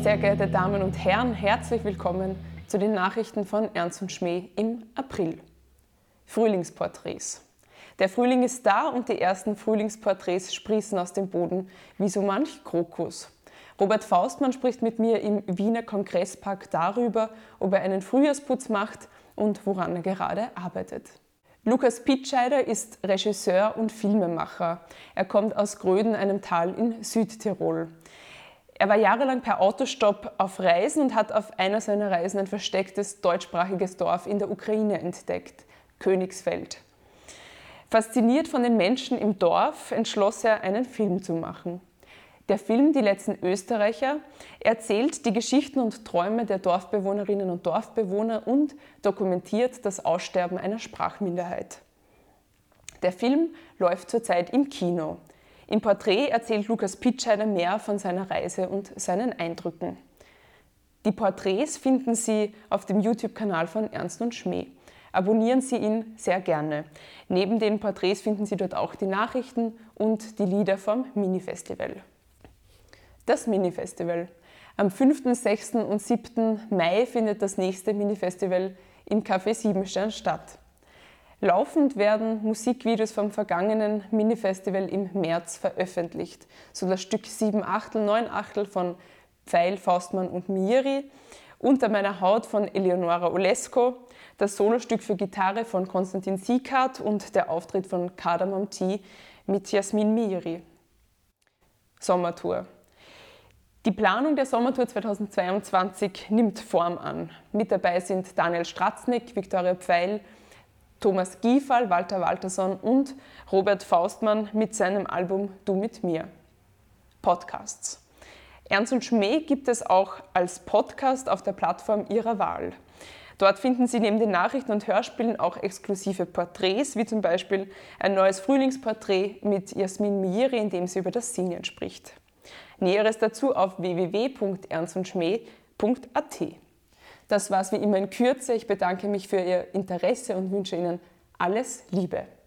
Sehr geehrte Damen und Herren, herzlich willkommen zu den Nachrichten von Ernst und Schmäh im April. Frühlingsporträts. Der Frühling ist da und die ersten Frühlingsporträts sprießen aus dem Boden wie so manch Krokus. Robert Faustmann spricht mit mir im Wiener Kongresspark darüber, ob er einen Frühjahrsputz macht und woran er gerade arbeitet. Lukas Pitscheider ist Regisseur und Filmemacher. Er kommt aus Gröden, einem Tal in Südtirol. Er war jahrelang per Autostopp auf Reisen und hat auf einer seiner Reisen ein verstecktes deutschsprachiges Dorf in der Ukraine entdeckt, Königsfeld. Fasziniert von den Menschen im Dorf entschloss er, einen Film zu machen. Der Film Die letzten Österreicher erzählt die Geschichten und Träume der Dorfbewohnerinnen und Dorfbewohner und dokumentiert das Aussterben einer Sprachminderheit. Der Film läuft zurzeit im Kino. Im Porträt erzählt Lukas Pitscheider mehr von seiner Reise und seinen Eindrücken. Die Porträts finden Sie auf dem YouTube-Kanal von Ernst und Schmäh. Abonnieren Sie ihn sehr gerne. Neben den Porträts finden Sie dort auch die Nachrichten und die Lieder vom Mini-Festival. Das Mini-Festival. Am 5., 6. und 7. Mai findet das nächste Mini-Festival im Café Siebenstern statt. Laufend werden Musikvideos vom vergangenen Mini-Festival im März veröffentlicht. So das Stück 7/8, 9/8 von Pfeil, Faustmann und Miri, Unter meiner Haut von Eleonora Olesko, das Solostück für Gitarre von Konstantin Sieghart und der Auftritt von Cardamom Tea mit Jasmin Miri. Sommertour. Die Planung der Sommertour 2022 nimmt Form an. Mit dabei sind Daniel Stratznik, Viktoria Pfeil, Thomas Giefall, Walter Walterson und Robert Faustmann mit seinem Album Du mit mir. Podcasts. Ernst und Schmäh gibt es auch als Podcast auf der Plattform Ihrer Wahl. Dort finden Sie neben den Nachrichten und Hörspielen auch exklusive Porträts, wie zum Beispiel ein neues Frühlingsporträt mit Jasmin Miri, in dem sie über das Singen spricht. Näheres dazu auf www.ernstundschmäh.at. Das war's wie immer in Kürze. Ich bedanke mich für Ihr Interesse und wünsche Ihnen alles Liebe.